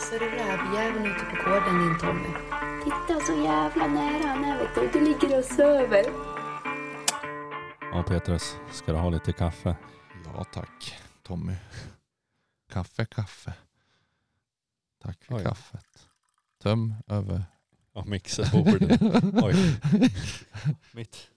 Så är det rävjäveln ute på gården din, Tommy. Titta så jävla nära han är, vet du. Du ligger och söver. Ja, Petrus, ska du ha lite kaffe? Ja, tack Tommy. Kaffe. Tack för kaffet. Töm över. Ja, mixerbordet. Oj. Mitt.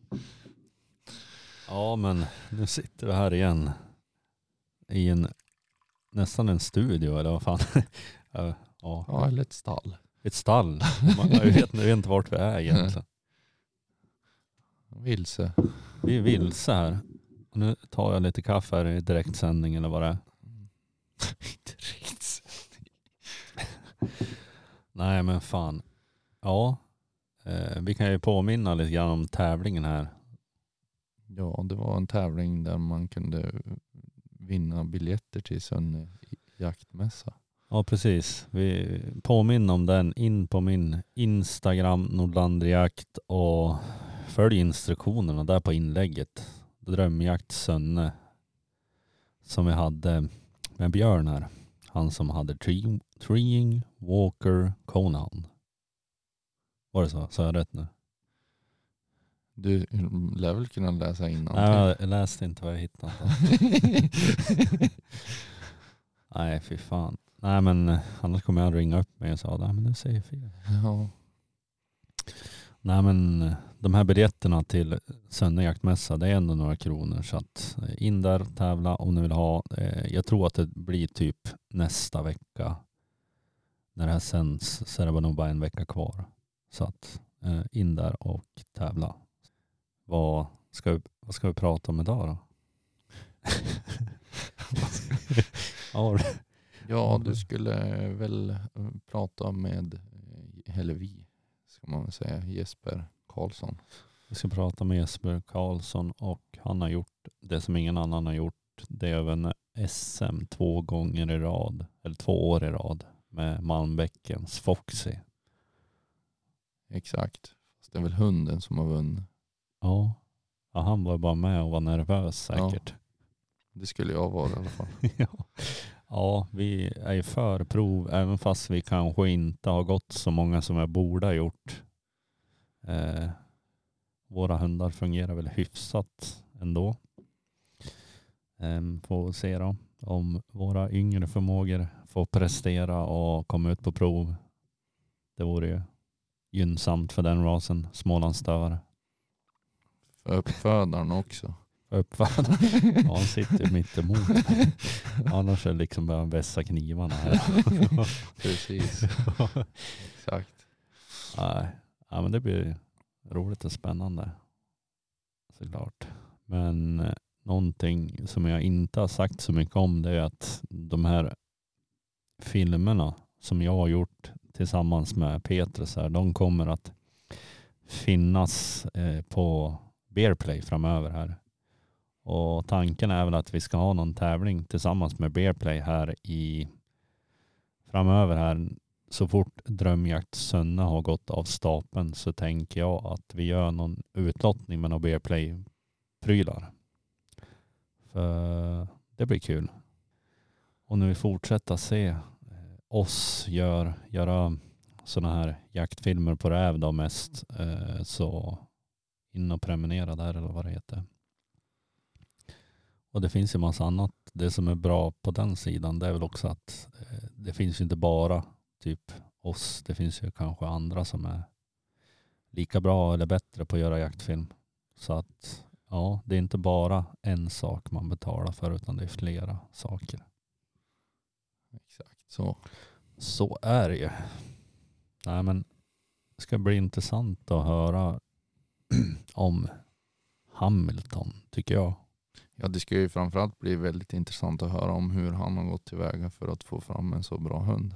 Ja, men nu sitter vi här igen. I nästan en studio, eller vad fan. Ja, eller ett stall. Ett stall. Man vet inte vart vi är egentligen. Vilse. Vi är vilse här. Och nu tar jag lite kaffe här i direktsändning eller vad det är. Direktsändning. Nej, men fan. Ja, vi kan ju påminna lite grann om tävlingen här. Ja, det var en tävling där man kunde vinna biljetter till Sönne jaktmässa. Ja, precis. Vi påminner om den in på min Instagram Nordlandjakt och följ instruktionerna där på inlägget. Drömjakt Sönne som vi hade med Björn här. Han som hade Treeing Walker Conehound. Var det så? Så jag rätt nu? Du lär väl kunna läsa innan. Nej, jag läste inte vad jag hittade. Nej, fy fan. Nej, men annars kommer jag ringa upp mig och sa, nej men du säger fel. Ja. Nej, men de här biljetterna till Sönne jaktmässa, det är ändå några kronor. Så att in där, tävla om ni vill ha. Jag tror att det blir typ nästa vecka. När det här sänds så är det nog bara en vecka kvar. Så att in där och tävla. Vad ska vi prata om idag då? Ja, du skulle väl prata med, eller vi ska man väl säga, Jesper Karlsson. Vi ska prata med Jesper Karlsson och han har gjort det som ingen annan har gjort. Det är även SM 2 gånger i rad, eller 2 år i rad med Malmbäckens Foxy. Exakt. Fast det är väl hunden som har vunnit. Ja, han var bara med och var nervös säkert. Ja, det skulle jag vara i alla fall. Ja, vi är ju för prov även fast vi kanske inte har gått så många som jag borde ha gjort. Våra hundar fungerar väl hyfsat ändå. Får se då om våra yngre förmågor får prestera och komma ut på prov. Det vore ju gynnsamt för den rasen, Smålandsstövare. För uppfödaren också. Uppfödaren. Ja, han sitter ju mitt emot. Annars är det liksom bara vässa knivarna här. Precis. Exakt. Nej, ja, men det blir roligt och spännande. Såklart. Men någonting som jag inte har sagt så mycket om, det är att de här filmerna som jag har gjort tillsammans med Petrus här, de kommer att finnas på Bearplay framöver här. Och tanken är väl att vi ska ha någon tävling tillsammans med Bearplay här i framöver här. Så fort Drömjakt Sönne har gått av stapeln så tänker jag att vi gör någon utlottning med några Bearplay-prylar. För det blir kul. Och när vi fortsätter se oss göra sådana här jaktfilmer på räv då mest, så in och prenumerera där eller vad det heter. Och det finns ju massa annat. Det som är bra på den sidan, det är väl också att det finns ju inte bara typ oss. Det finns ju kanske andra som är lika bra eller bättre på att göra jaktfilm. Så att ja, det är inte bara en sak man betalar för utan det är flera saker. Exakt så. Så är det ju. Nej, men det ska bli intressant att höra om Hamilton, tycker jag. Ja, det ska ju framförallt bli väldigt intressant att höra om hur han har gått tillväga för att få fram en så bra hund.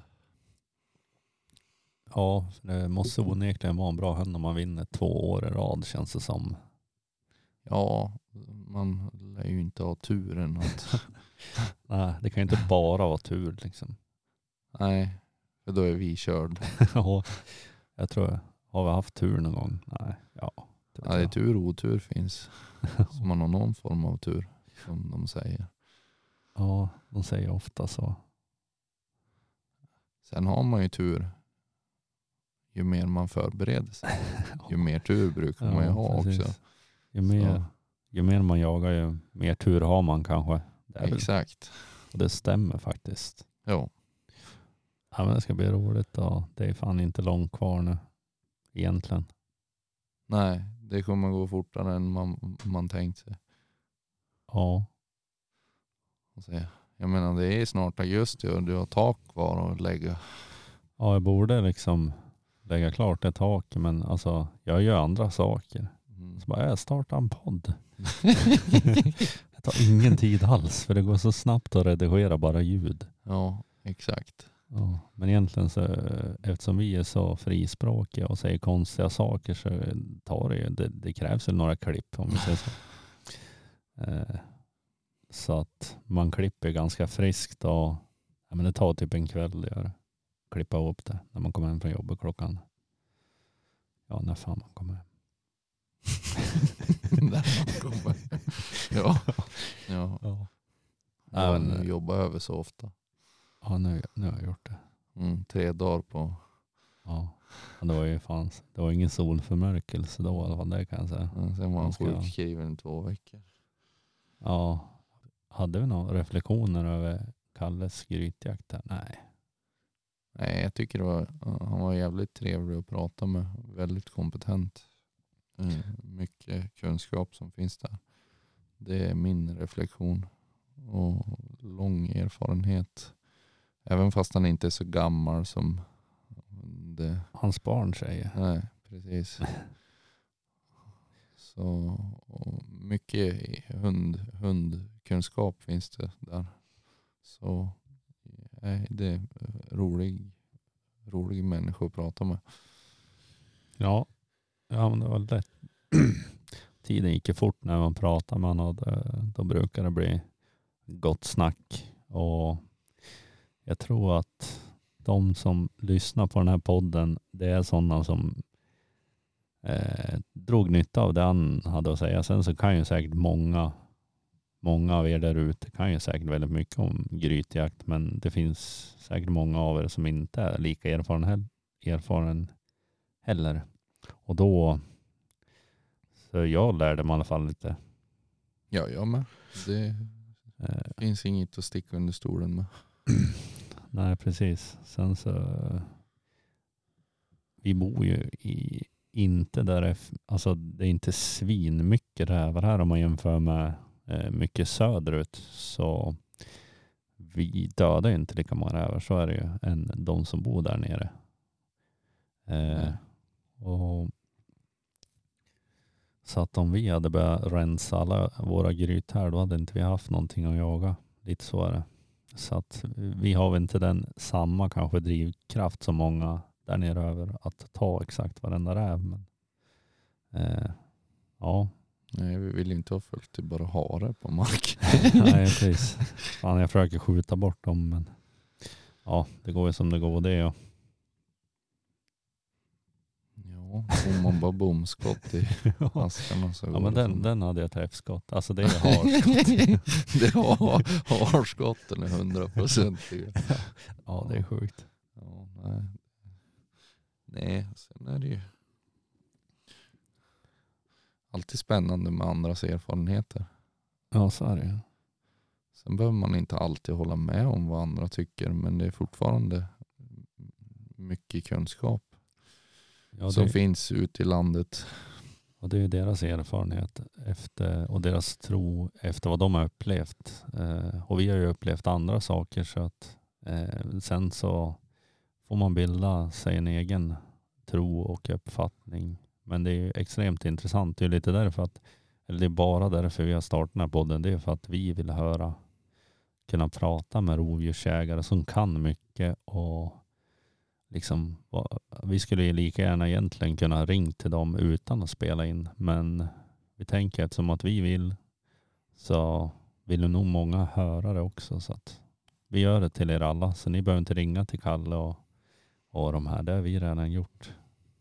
Ja, det måste onekligen vara en bra hund om man vinner 2 år i rad, känns det som. Ja, man lär ju inte ha turen att... Nej, det kan ju inte bara vara tur liksom. Nej, för då är vi körd. Ja, jag tror, har vi haft tur någon gång? Nej, ja. Det är tur och otur finns. Så man har någon form av tur, som de säger. Ja, de säger ofta så. Sen har man ju tur. Ju mer man förbereder sig. Ju mer tur brukar man ju ha precis. också. Ju mer man jagar, ju mer tur har man kanske. Exakt. Och det stämmer faktiskt. Ja. Ja, men det ska bli roligt och det är fan inte långt kvar nu. Egentligen. Nej, det kommer gå fortare än man tänkt sig. Ja. Jag menar det är snart augusti och du har tak kvar att lägga. Ja, jag borde liksom lägga klart det taket, men alltså jag gör andra saker. Så bara, jag startar en podd. Det tar ingen tid alls för det går så snabbt att redigera bara ljud. Ja, exakt. Ja, men egentligen så eftersom vi är så frispråkiga och säger konstiga saker så tar det krävs ju några klipp om vi säger så. Så att man klipper ganska friskt och ja, men det tar typ en kväll att klippa upp det när man kommer hem från jobbet klockan. Ja, när fan man kommer hem. När man kommer. Ja. Även jobba över så ofta. Ja, nu har jag gjort det. 3 dagar på. Ja, men det var ju det var ingen solförmörkelse då i alla fall, det kan jag säga. Sen var han sjukskriven 2 veckor. Ja, hade vi några reflektioner över Kalles grytjakt där? Nej, jag tycker han var jävligt trevlig att prata med. Väldigt kompetent. Mycket kunskap som finns där. Det är min reflektion. Och lång erfarenhet. Även fast han inte är så gammal som hans barn säger. Nej, precis. Så mycket hundkunskap finns det där. Så det är rolig människa att prata med. Ja, men det var lätt. Tiden gick fort när man pratar med honom. Då brukar det bli gott snack. Och jag tror att de som lyssnar på den här podden, det är sådana som drog nytta av det han hade att säga. Sen så kan ju säkert många av er där ute kan ju säkert väldigt mycket om grytjakt, men det finns säkert många av er som inte är lika erfaren heller. Och då så jag lärde mig i alla fall lite. Ja, jag med. Det finns inget att sticka under stolen med. Nej, precis. Sen så vi bor ju inte där, alltså det är inte svin mycket rävar här om man jämför med mycket söderut, så vi dödar ju inte lika många rävar, så är det ju, än de som bor där nere. Och så att om vi hade börjat rensa alla våra gryt här, då hade inte vi haft någonting att jaga. Lite så är det. Så att vi har väl inte den samma kanske drivkraft som många där nere över att ta exakt varenda räv. Men ja. Nej, vi vill inte ha följt till bara hare på mark. Nej, precis. Fan, jag försöker skjuta bort dem, men ja, det går ju som det går det. Ja. Ja, om man bara bomskott i askarna så ja, men den hade jag träffskott. Alltså det är harskott. Det är harskotten är 100%. Ja, det är sjukt. Ja, nej, sen är det ju alltid spännande med andras erfarenheter. Ja, så är det. Sen behöver man inte alltid hålla med om vad andra tycker, men det är fortfarande mycket kunskap som finns ute i landet. Och det är deras erfarenhet och deras tro efter vad de har upplevt. Och vi har ju upplevt andra saker, så att sen så får man bilda sig en egen tro och uppfattning. Men det är ju extremt intressant. Det är lite därför det är bara därför vi har startat den här podden. Det är för att vi vill kunna prata med rovdjursjägare som kan mycket, och liksom, vi skulle ju lika gärna egentligen kunna ringa till dem utan att spela in, men vi tänker att som att vi vill, så vill nog många höra det också, så att vi gör det till er alla, så ni behöver inte ringa till Kalle och de här, det har vi redan gjort.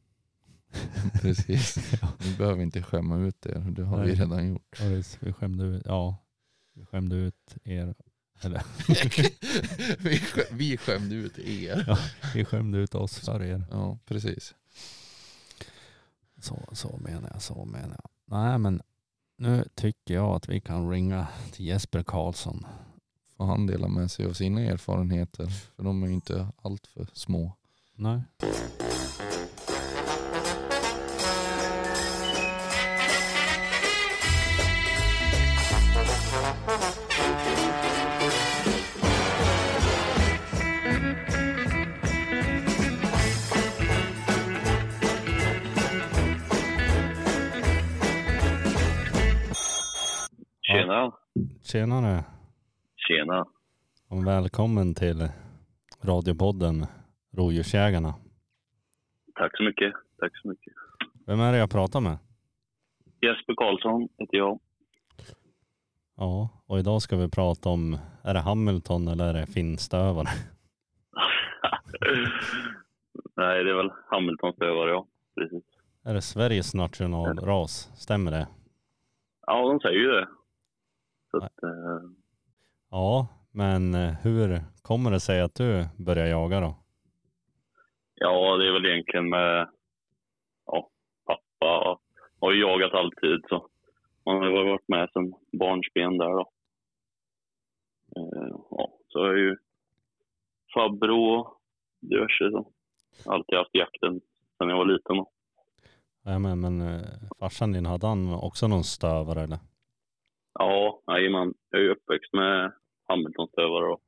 Precis. Vi behöver inte skämma ut er, det har vi redan gjort. Vi skämde ut er Eller? vi skämde ut er. Ja, vi skämde ut oss för er. Ja, precis. Så menar jag. Nej, men nu tycker jag att vi kan ringa till Jesper Karlsson. Får han dela med sig av sina erfarenheter. För de är ju inte allt för små. Nej. Tjena. Tjenare. Tjena. Och välkommen till radiopodden Rovdjursjägarna. Tack så mycket. Tack så mycket. Vem är det jag pratar med? Jesper Karlsson heter jag. Ja, och idag ska vi prata om, är det Hamilton eller är det finstövare? Nej, det är väl Hamiltonstövare, ja. Precis. Är det Sveriges nationalras? Stämmer det? Ja, de säger ju det. Så att, Ja, men hur kommer det sig att du börjar jaga då? ja, det är väl egentligen med pappa har ju jagat alltid, så man har ju varit med sedan barnsben där då. Så är ju farbror och diverse, så alltid haft jakten sedan jag var liten då. Ja, men farsan din, hade han också någon stövare eller? Ja, man. Jag är ju uppväxt med Hamiltonstövare då.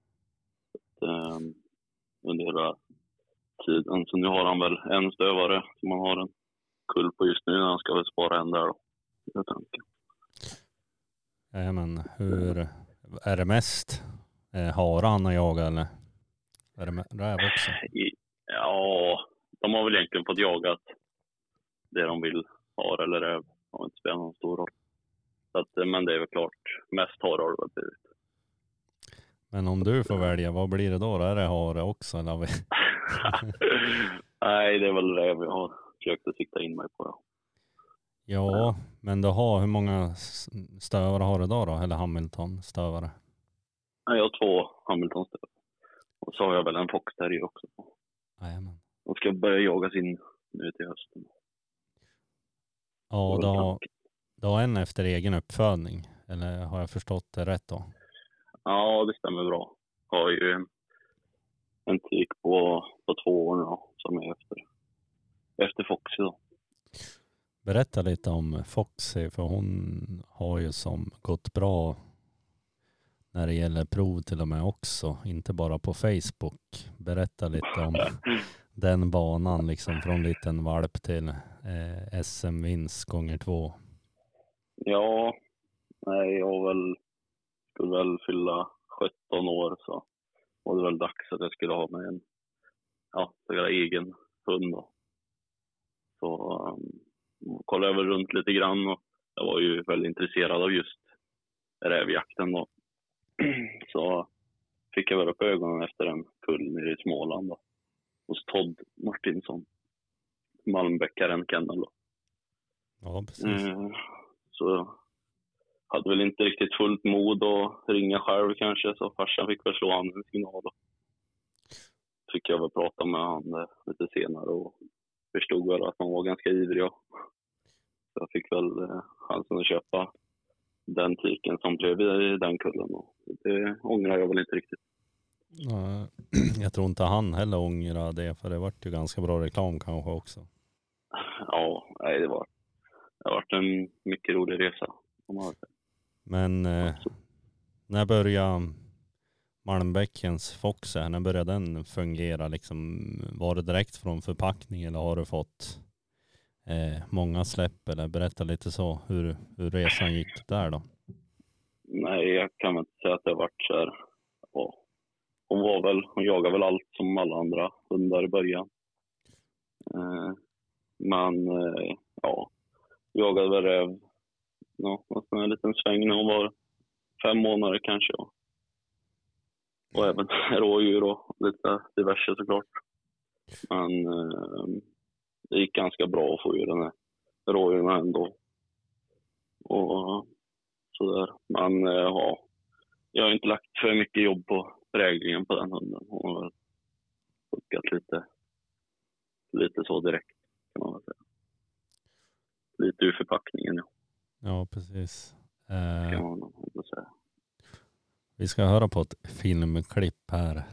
Under hela tiden. Så nu har han väl en stövare som man har en kull på just nu. Han ska väl spara en där då. Jag tänker. Ja, men hur är det mest hara han har jagat eller? Är det räv också? Ja, de har väl egentligen fått jagat det de vill ha eller räv. Det har inte spelat någon stor roll. Så att, men det är väl klart, mest hare har det väl blivit. Men om du får välja, vad blir det då? Är det hare också? Eller? Nej, det är väl räv jag har försökt att sikta in mig på. Ja. Ja, men du har, hur många stövare har du då? Eller Hamilton-stövare? Jag har 2 Hamilton-stövare. Och så har jag väl en foxterrier också. Jajamän. De ska börja jagas in nu till hösten. Ja, du har en efter egen uppfödning. Eller har jag förstått det rätt då? Ja, det stämmer bra. Jag har ju en tik på 2 år då, som är efter Foxy då. Berätta lite om Foxy, för hon har ju som gått bra när det gäller prov till och med också. Inte bara på Facebook. Berätta lite om den banan liksom från liten valp till SM-vinst gånger 2. Ja, nej, jag skulle väl fylla 17 år, så var det väl dags att jag skulle ha med en egen hund då. Så kollade jag väl runt lite grann och jag var ju väldigt intresserad av just rävjakten då. Så fick jag väl upp ögonen efter en kull nere i Småland då. Hos Todd Martinsson. Malmbäckaren kennel då. Ja, precis. Så hade väl inte riktigt fullt mod att ringa själv kanske, så farsan fick väl slå han en signal då. Fick jag väl prata med han lite senare och förstod väl att han var ganska ivrig. Så jag fick väl chansen att köpa den tiken som blev i den kullen. Det ångrar jag väl inte riktigt. Jag tror inte han heller ångrar det, för det vart ju ganska bra reklam kanske också. Ja, nej, det har varit en mycket rolig resa. Men när började Malmbäckens Fox, när började den fungera liksom? Var det direkt från förpackning eller har du fått många släpp, eller berätta lite så hur resan gick där då? Nej, jag kan inte säga att det har varit så här. Hon jagade väl allt som alla andra hundar i början. Jagade väl räv en liten sväng när hon var 5 månader kanske. Och även rådjur och lite diverse såklart. Men det gick ganska bra att få ju den här rådjuren ändå. Och sådär. Men jag har inte lagt för mycket jobb på präglingen på den hunden. Hon har puckat lite så direkt, kan man väl säga. Lite ur förpackningen, ja. Ja, precis. Kan man väl säga. Vi ska höra på ett filmklipp här.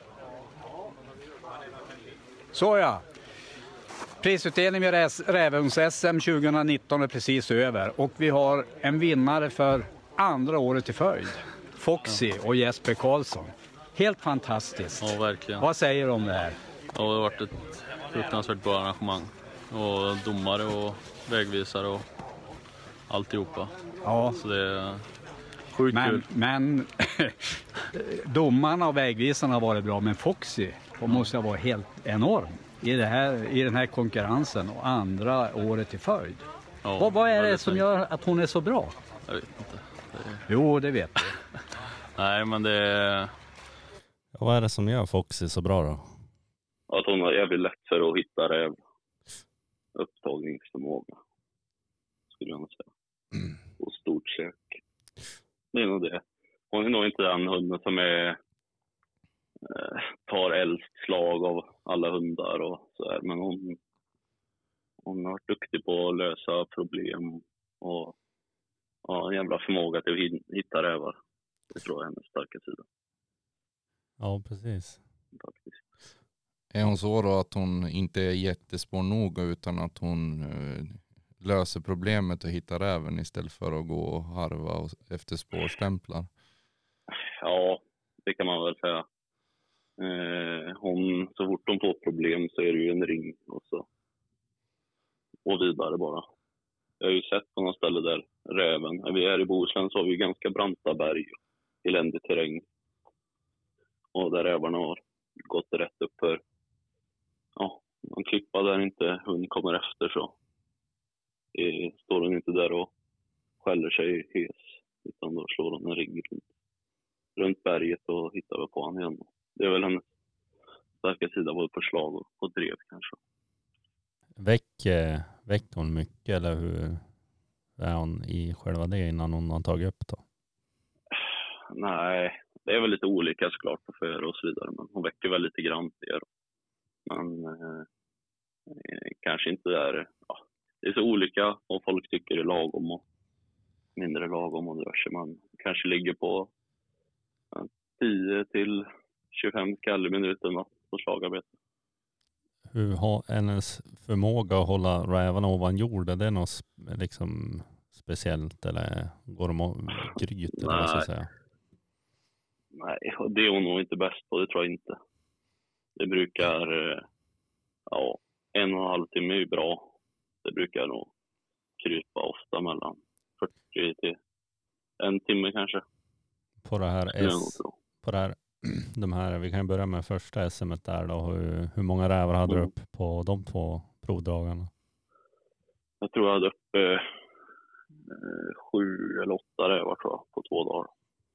Så ja. Prisutdelning vid Rävungs-SM 2019 är precis över. Och vi har en vinnare för andra året i följd. Foxy och Jesper Karlsson. Helt fantastiskt. Ja, verkligen. Vad säger du om det här? Ja, det har varit ett fruktansvärt bra arrangemang. Och domare och vägvisare och alltihopa. Ja. Så det är sjukt kul. Men domarna och vägvisarna har varit bra. Men Foxy måste ha varit helt enorm i den här konkurrensen och andra året i följd. Ja, vad är det som gör att hon är så bra? Jag vet inte. Jo, det vet du. Nej, men det är... Vad är det som gör Foxy så bra då? Att hon har jävligt lätt för att hitta räv. Upptagningsförmåga, skulle jag säga. Och stort sök. Det är nog det. Hon är nog inte den hunden som tar äldst slag av alla hundar och så här. Men hon har varit duktig på att lösa problem och en jävla förmåga till att hitta rävar. Det tror jag är hennes starka sida. Ja, precis. Faktiskt. Är hon så då att hon inte är jättespårnoga utan att hon löser problemet och hittar räven istället för att gå och harva efter spårstämplar? Ja, det kan man väl säga. Så fort de får problem så är det ju en ring och vidare bara. Jag har ju sett på några ställen där räven, när vi är i Bohuslän så har vi ganska branta berg och eländig terräng. Och där rävarna har gått rätt upp för en klippa där inte hund kommer efter så står hon inte där och skäller sig hes, utan då slår hon en ring runt berget och hittar väl på honom igen. Det är väl hennes starka sida både på slag och drev kanske. Väcker hon mycket eller hur är hon i själva det innan hon har tagit upp då? Nej, det är väl lite olika såklart på före och så vidare, men hon väcker väl lite grann det. Men kanske inte där. Ja, det är så olika vad folk tycker är lagom och mindre lagom och diverse. Man kanske ligger på 10 till 25 skall i minuten på slagarbete. Hur har hennes förmåga att hålla rävarna ovan jord, är det något liksom speciellt eller går de och gryt eller vad ska jag säga? Nej, och det är hon nog inte bäst på, det tror jag inte. Det brukar, 1,5 timme är bra. Det brukar nog krypa ofta mellan 40 till 1 timme kanske. På det här de här, vi kan ju börja med första SM:et där då. Hur många rävar hade du upp på de 2 provdagarna? Jag tror jag hade upp 7 eller 8 rävar tror jag på 2 dagar.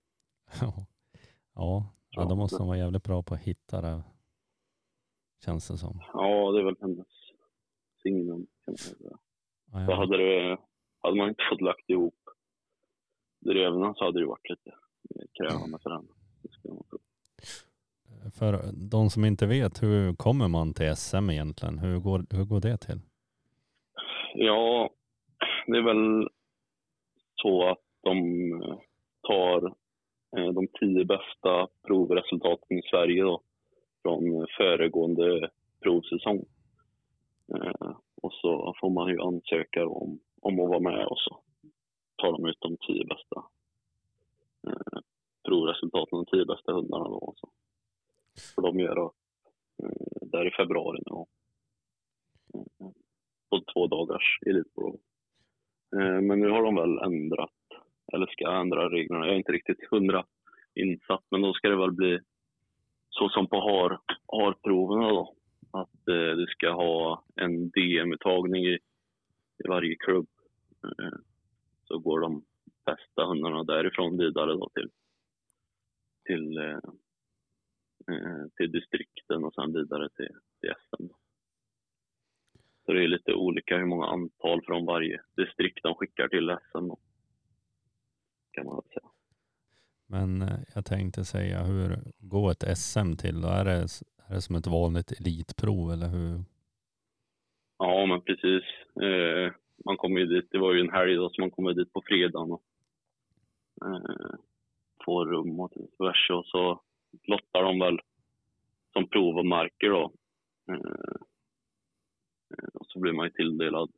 Ja, då måste de vara jävligt bra på att hitta det. Känns det som. Ja, det är väl hennes signum kan man säga. Ja. Så hade man inte fått lagt ihop dreven så hade det varit lite krävande för den. För de som inte vet, hur kommer man till SM egentligen? Hur går det till? Ja, det är väl så att de tar de 10 bästa provresultaten i Sverige då, från föregående provsäsong. Och så får man ju ansöka om att vara med och så tar de ut de 10 bästa provresultaten, de 10 bästa hundarna då också. För de gör då, där i februari nu på 2 dagars elitprov. Men nu har de väl ändrat, eller ska ändra reglerna. Jag är inte riktigt 100 insatt, men då ska det väl bli så som på harproverna då. Att du ska ha en DM-uttagning i varje klubb. Så går de bästa hundarna därifrån vidare då till distrikten och sen vidare till SM. Så det är lite olika hur många antal från varje distrikt de skickar till SM då, kan man säga. Men jag tänkte säga, hur går ett SM till? Då är det som ett vanligt elitprov eller hur? Ja, men precis. Man kommer ju dit, det var ju en helg då, så man kommer dit på fredagen och får rum och diverse, och så lottar de väl som prov och marker då. Och så blir man ju tilldelad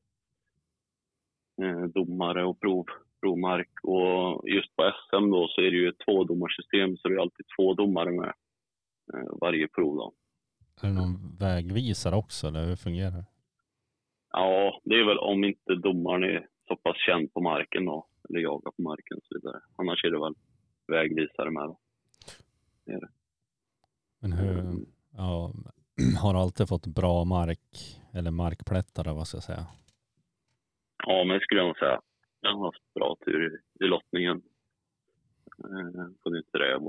domare och provmark, och just på SM då så är det ju ett 2-domarsystem, så det är alltid 2 domare med varje prov då. Är det någon vägvisare också eller hur fungerar det? Ja, det är väl om inte domaren är så pass känd på marken då, eller jagar på marken och så vidare. Annars är det väl vägvisare med då. Det är det. Men hur, har du alltid fått bra mark eller markplättare, vad ska jag säga? Ja, men det skulle jag nog säga. Jag har haft bra tur i lottningen. Funnit räv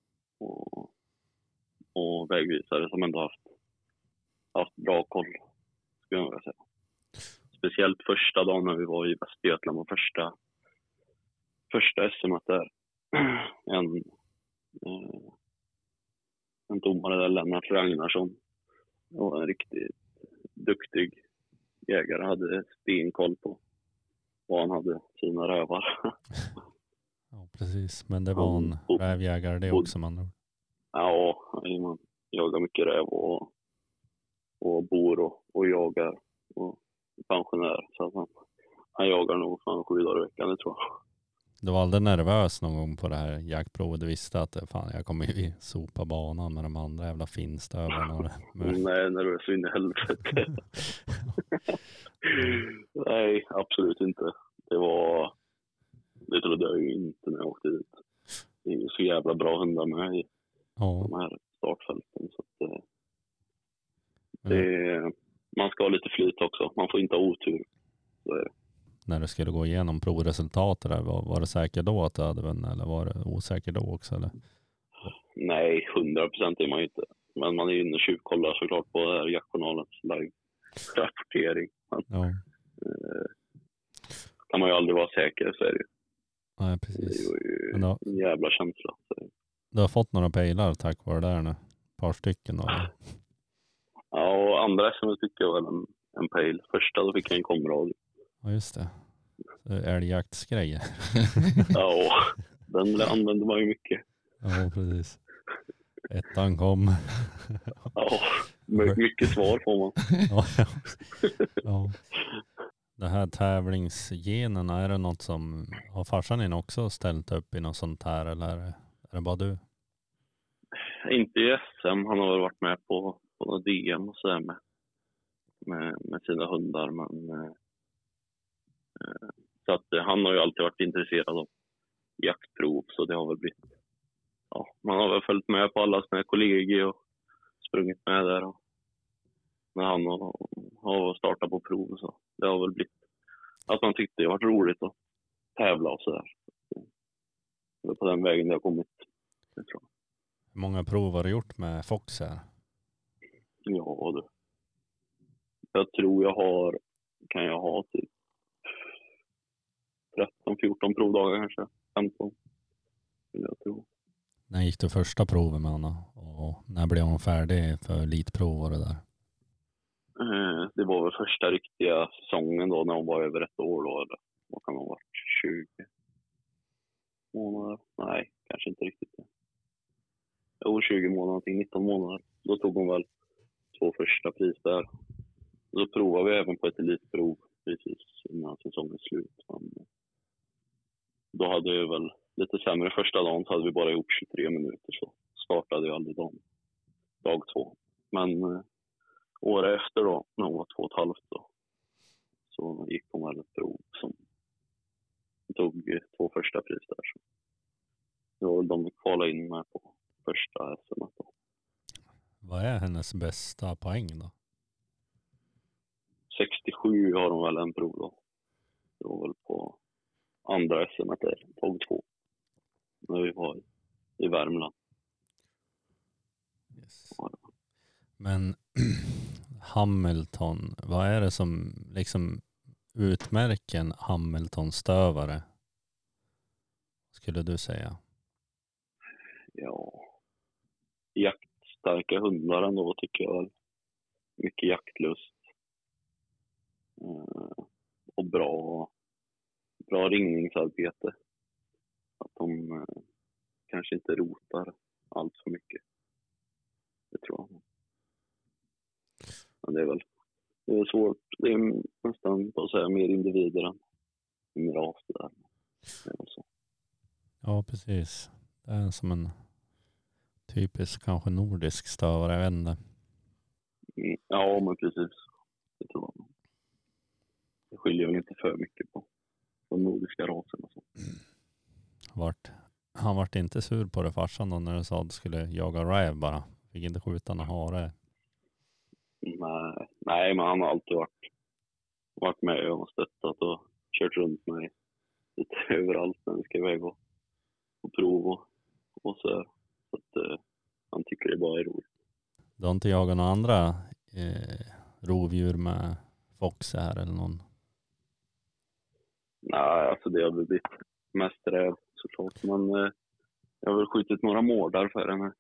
och vägvisare som ändå haft bra koll, skulle jag nog säga. Speciellt första dagen när vi var i Västergötland och första SM-at där. En domare där, Lennart Ragnarsson, och en riktigt duktig jägare, hade stenkoll på vad han hade sina rävar. Ja, precis. Men det var en rävjägare det också, man. Ja, man jagar mycket räv och bor och jagar och pensionär. Så att han jagar nog fan 7 dagar i veckan, det tror jag. Du var aldrig nervös någon gång på det här jaktprovet? Du visste att jag kommer ju sopa banan med de andra jävla finstövarna. Nej, nervös in i helvete. Nej, absolut inte. Det trodde jag ju inte när jag åkte dit. Det är ju så jävla bra hundar med i de här startfälten. Så att, man ska ha lite flyt också. Man får inte ha otur. Så är det. När du skulle gå igenom provresultatet där, var det säker då att du hade vunnit, eller var det osäker då också? Eller? Nej, 100% är man ju inte. Men man är ju inne och tjuvkollar såklart på det här jaktjournalens live-rapportering. Kan man ju aldrig vara säker, så är det ju. Nej, precis. Det är ju en jävla känsla. Du har fått några pejlar tack vare det där nu? Ett par stycken då? Ja, och andra som fick jag väl en pejl. Första då fick jag en komradio. Ja, just det. Älgjaktsgrejer. Ja, den använder man ju mycket. Ja, precis. Ettan kom. Ja, mycket svar får man. Ja. Det här tävlingsgenerna, är det något som har farsan din också ställt upp i något sånt här, eller är det bara du? Inte i SM, han har väl varit med på DM och sådär med sina hundar, men så att han har ju alltid varit intresserad av jaktprov, så det har väl blivit, man har väl följt med på alla sina kollegor och sprungit med där och när han har startat på prov, så det har väl blivit att man tyckte det var roligt att tävla och sådär. Det är på den vägen det har kommit, jag tror. Hur många prov har du gjort med Fox här? Ja, du. Jag tror kan jag ha typ 13-14 provdagar kanske, 15. Jag tror. När gick du första provet med honom? Och när blev hon färdig för elitprov och det där? Det var väl första riktiga säsongen då, när hon var över 1 år då, eller vad kan hon ha varit, 20 månader? Nej, kanske inte riktigt det. Jo, 20 månader, 19 månader. Då tog hon väl 2 första pris där. Då provade vi även på ett elitprov precis innan säsongens slut. Men då hade vi väl lite sämre första dagen, så hade vi bara gjort 23 minuter, så startade jag aldrig dag 2. Men året efter då, när hon var 2,5 då, så gick hon väl ett prov som tog 2 första pris där. Så det var väl de vi kvalade in med på första SM då. Vad är hennes bästa poäng då? 67 har hon väl en prov då. Det var väl på andra SM där, dag 2. När vi var i Värmland. Yes. Men Hamilton, vad är det som liksom utmärker en Hamilton-stövare? Skulle du säga? Ja, jaktstarka hundar ändå tycker jag väl. Mycket jaktlust. Och bra ringningsarbete. Att de kanske inte rotar allt för mycket. Det tror jag. Men det är svårt. Det är nästan på att säga mer individer än ras det där. Det är så. Ja, precis. Det är som en typisk kanske nordisk stövare, jag vet inte. Ja, men precis. Det tror jag. Det skiljer väl inte för mycket på de nordiska raserna. Han vart inte sur på det farsan då när du sa att du skulle jaga räv bara. Fick inte skjuta någon hare. Nej, men han har alltid varit med och stöttat och kört runt mig lite överallt när vi ska iväg och prova och så. Så att han tycker det bara är roligt. Du har inte jagat några andra rovdjur med fox här eller någon? Nej, alltså det har blivit mest räv såklart. Men jag har väl skjutit några mårdar för henne.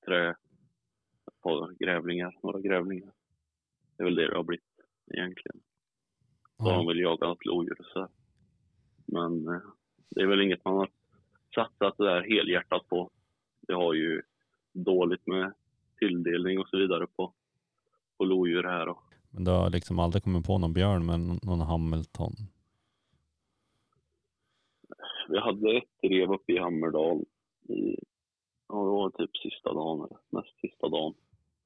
Några grävlingar. Det är väl det har blivit egentligen. Så har han väl jagat lodjur och så. Men det är väl inget man har satsat det där helhjärtat på. Det har ju dåligt med tilldelning och så vidare på lodjur här. Och. Men du har liksom aldrig kommit på någon björn med någon Hamilton? Vi hade ett rev uppe i Hammerdal det var typ sista dagen eller näst sista dagen.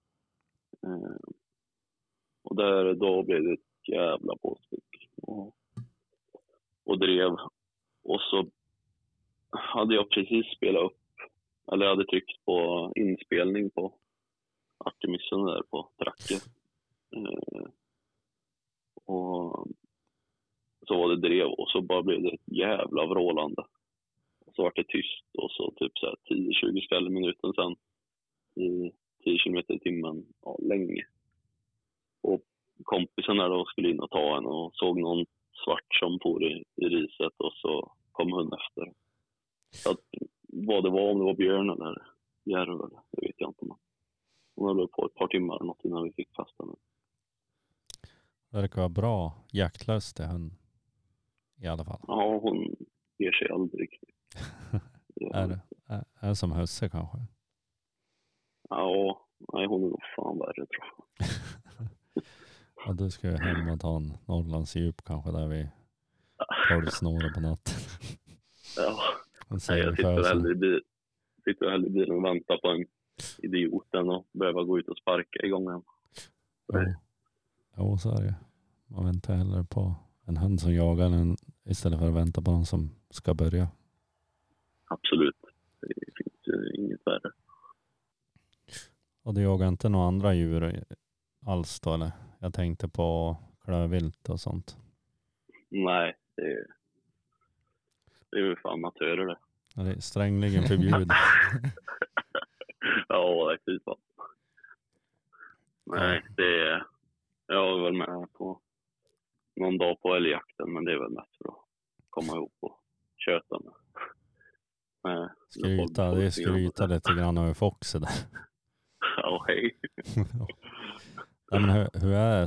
Och då blev det ett jävla påstyck och drev. Och så hade jag precis spelat upp, eller jag hade tryckt på inspelning på Artemisen där på tracket. Och så var det drev och så bara blev det ett jävla vrålande. Och så var det tyst och så typ så här 10-20 skäll i minuten sen i 10 kilometer i timmen, ja, länge. Och kompisen där då skulle in och ta en och såg någon svart som for i riset och så kom hon efter. Så att, vad det var, om det var björn eller järv eller, det vet jag inte. Men hon höll på ett par timmar eller något innan vi fick fast henne. Det verkar vara bra jaktlöst det hon i alla fall. Ja, hon ger sig aldrig. Är som husse kanske? Ja, nej, hon är nog fan värre tror jag. Ja, du ska ju hem och ta en Norrlands djup kanske där vi snårar på natten. Ja, nej, jag sitter hellre i bilen och väntar på en idioten och behöver gå ut och sparka igång den. Ja, så är det. Man väntar hellre på en hund som jagar än istället för att vänta på någon som ska börja. Absolut. Det finns inget värre. Och du jagar inte några andra djur alls då, eller? Jag tänkte på klövvilt och sånt. Nej, det är ju för amatörer det. Ja, det är strängligen förbjudet. Ja, det är typ så. Nej, jag var väl med på någon dag på älgjakten, men det är väl mest för att komma ihop och köta med. Skryta lite grann över foxen där. Ja, hej. Ja, men hur är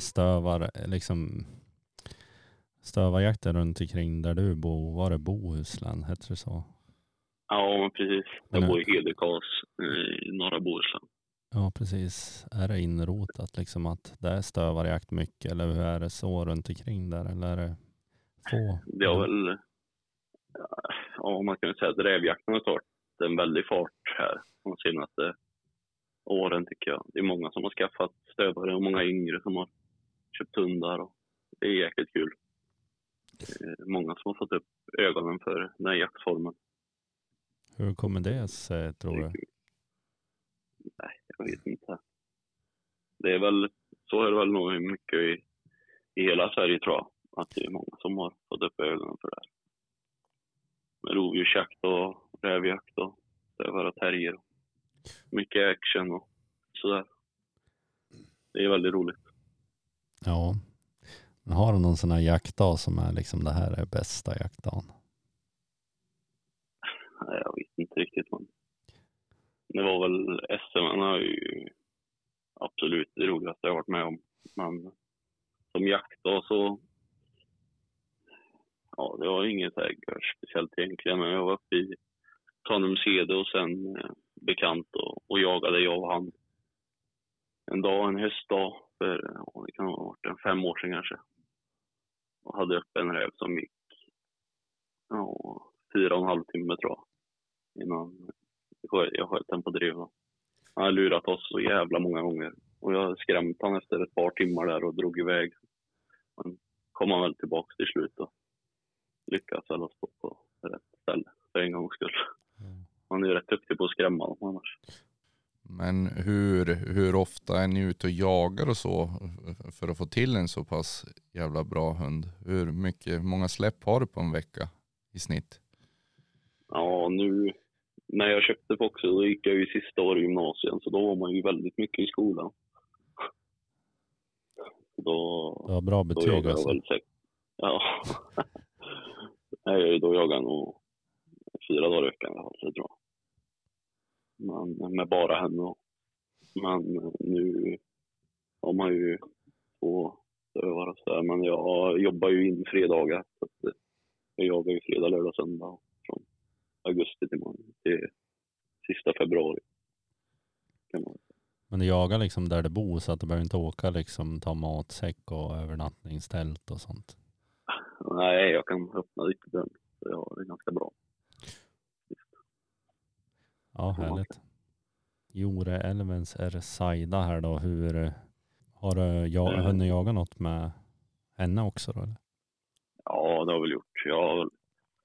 stövarjakten runt omkring där du bor? Var det Bohuslän, heter det så? Ja, men precis. Jag bor i Hedekas i norra Bohuslän. Ja, precis. Är det inrotat liksom att det är stövarjakt mycket, eller hur är det så runt omkring där, eller är det få? Det har väl, ja, man kan säga att rävjakten har tagit en väldig fart här de senaste åren tycker jag. Det är många som har skaffat stövare och många yngre som har köpt hundar och det är jäkligt kul. Det är många som har fått upp ögonen för den här jaktformen. Hur kommer det sig, tror du? Nej, jag vet inte. Det är väl, så är det väl nog mycket i hela Sverige tror jag. Att det är många som har fått upp ögonen för det här. Med rovdjursjakt och rävjakt och stövare och terrier. Mycket action och sådär. Det är väldigt roligt. Ja. Men har du någon sån här jaktdag som är liksom det här är bästa jaktdagen? Nej, jag vet inte riktigt. Men det var väl SM är ju absolut det roligaste jag varit med om. Men som jakt då så, ja, det var inget så här speciellt egentligen. Men jag var uppe i Tanumshede och sen bekant och jagade jag och han en dag, en höstdag för, ja, det kan ha varit 5 år sedan kanske. Och hade upp en räv som gick 4,5 timme tror jag. Innan jag sköt den på driv. Han hade lurat oss så jävla många gånger. Och jag skrämde han efter ett par timmar där och drog iväg. Men kom han väl tillbaka till slut och lyckades väl stå på rätt ställe för en gångs skull. Han är ju rätt duktig på att skrämma dem annars. Men hur ofta är ni ute och jagar och så för att få till en så pass jävla bra hund? Hur många släpp har du på en vecka i snitt? Ja, nu när jag köpte Foxy då gick jag ju sista år i gymnasiet, så då var man ju väldigt mycket i skolan. Då Du har bra betyg alltså. Ja. Nej, då jagar jag nog 4 dagar i veckan i alla fall, tror jag. Men med bara henne. Men nu har man ju 2 övare så där. Men jag jobbar ju in fredagar. Så att jag jagar ju fredag, lördag, söndag från augusti till sista februari. Kan man. Men du jagar liksom där du bor så att du behöver inte åka liksom ta matsäck och övernattningstält och sånt? Nej, jag kan öppna riktigt den. Så ja, det är ganska bra. Ja, härligt. Jore Elvens är Saida här då. Hur har du hunnit jaga något med henne också då? Eller? Ja, det har jag väl gjort. Jag har väl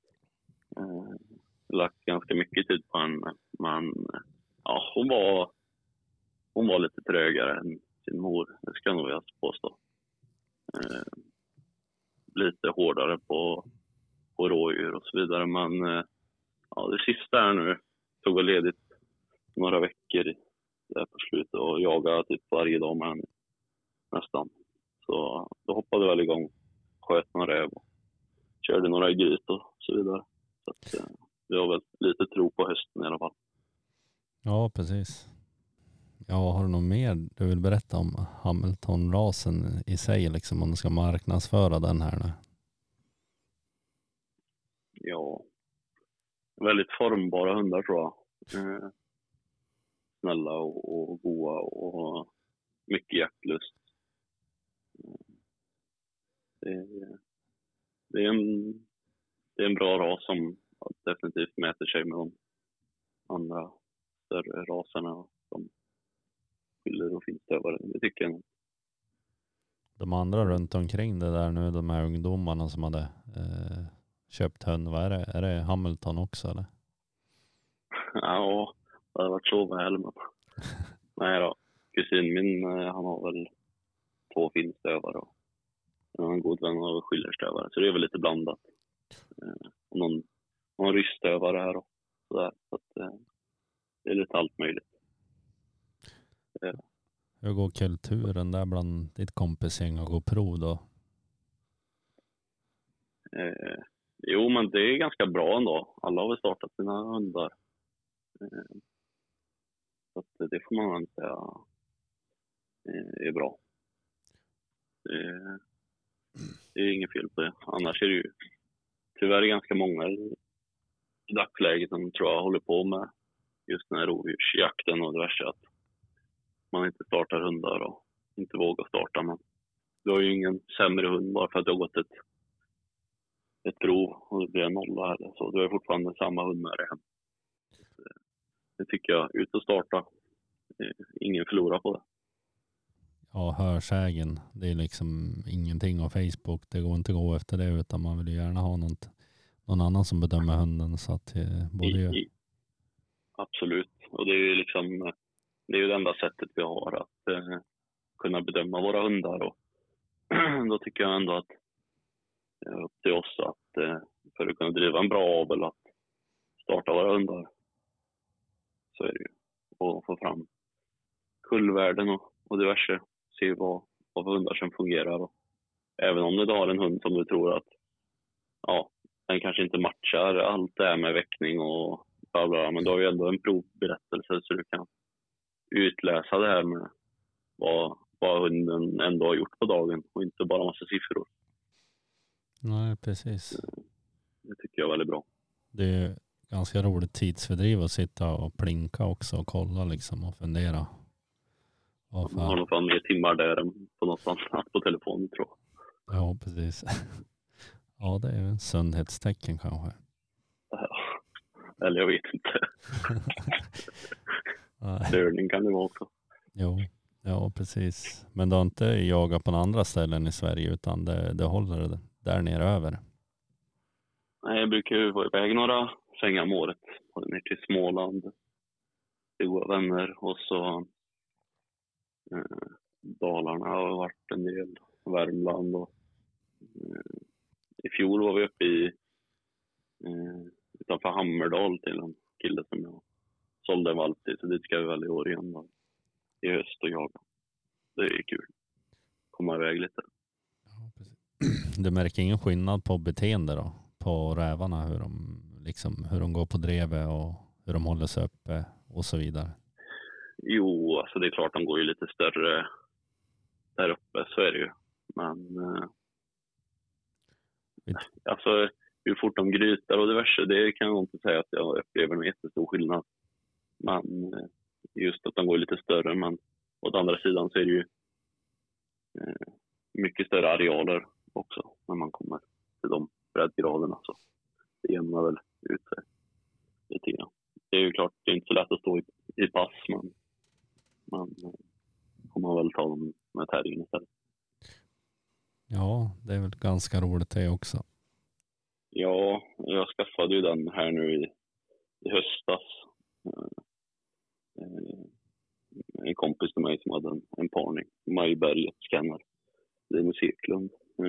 lagt ganska mycket tid på henne. Men ja, hon var lite trögare än sin mor. Det ska jag nog påstå. Lite hårdare på rådjur och så vidare. Men ja, det sista här nu tog jag ledigt några veckor där på slutet och jagade typ varje dag med henne nästan. Så då hoppade jag väl igång, sköt några räv och körde några gryt och så vidare. Så att det var väl lite tro på hösten i alla fall. Ja, precis. Ja, har du något mer du vill berätta om Hamilton-rasen i sig, liksom om du ska marknadsföra den här nu? Ja, väldigt formbara hundar tror jag. Snälla och goa och mycket jaktlust. Det är en bra ras som definitivt mäter sig med de andra större raserna som fyller och finstövare. Det tycker jag nog. De andra runt omkring det där nu, de här ungdomarna som hade köpt hund, vad är det? Är det Hamilton också eller? Ja, det har varit så väl. Men nej då, kusin min han har väl 2 finstövare och en god vän av skillerstövare. Så det är väl lite blandat. Och någon rystövare här och sådär. Så att det är lite allt möjligt. Hur går kulturen där bland ditt kompisgäng och går prov då? Jo, men det är ganska bra ändå. Alla har väl startat sina hundar. Så att det får man säga är bra. Det är inget fel på det. Annars är det ju tyvärr ganska många i dagsläget som tror jag håller på med just den här rovdjursjakten och diverse. Att man inte startar hundar och inte vågar starta. Men du har ju ingen sämre hund bara för att du har gått ett prov och det blir en nolla här. Så du har fortfarande samma hund med dig hem. Det tycker jag, ut och starta. Ingen förlorar på det. Ja, hörsägen. Det är liksom ingenting av Facebook. Det går inte att gå efter det, utan man vill ju gärna ha någon annan som bedömer hunden. Så att både absolut. Och det är ju liksom det är ju det enda sättet vi har att kunna bedöma våra hundar. Och då tycker jag ändå att det är upp till oss att för att kunna driva en bra avel att starta våra hundar. Så är det ju. Och få fram kullvärden och diverse. Se vad för hundar som fungerar. Och även om du har en hund som du tror att ja, den kanske inte matchar allt det här med väckning och bla bla, men du har ju ändå en provberättelse så du kan utläsa det här med vad hunden ändå har gjort på dagen och inte bara massa siffror. Nej, precis. Det tycker jag är väldigt bra. Det är ganska roligt tidsfördriv att sitta och plinka också och kolla liksom och fundera. Man har nog fan mer timmar där än på något annat på telefonen, tror jag. Ja, precis. Ja, det är ju en sundhetstecken kanske. Eller jag vet inte. Störning kan det vara också. Jo, ja precis. Men du har inte jagat på andra ställen i Sverige utan det håller det där nere över? Nej, jag brukar ju vara iväg några svängar om året. Ner till Småland, till våra vänner och så Dalarna har varit en del, Värmland och i fjol var vi uppe i utanför Hammerdal till en kille som jag sålde en valp till, så dit ska vi väl i år igen då, i höst och jaga. Det är kul. Komma iväg lite. Ja, precis. Du märker ingen skillnad på beteende då? På rävarna, hur de går på drevet och hur de håller sig uppe och så vidare? Jo, alltså det är klart de går ju lite större där uppe, så är det ju. Men alltså hur fort de grytar och diverse, det kan jag inte säga att jag upplever någon jättestor skillnad. Men just att de går lite större, men åt andra sidan så är det ju mycket större arealer också när man kommer till de breddgraderna, så det jämnar väl ut sig lite grann. Det är ju klart, det är inte så lätt att stå i pass, men man får man väl ta dem med terriern istället. Ja, det är väl ganska roligt det också. Ja, jag skaffade ju den här nu i höstas. En kompis till mig som hade en parning, Majberget skannar, Linus Eklund.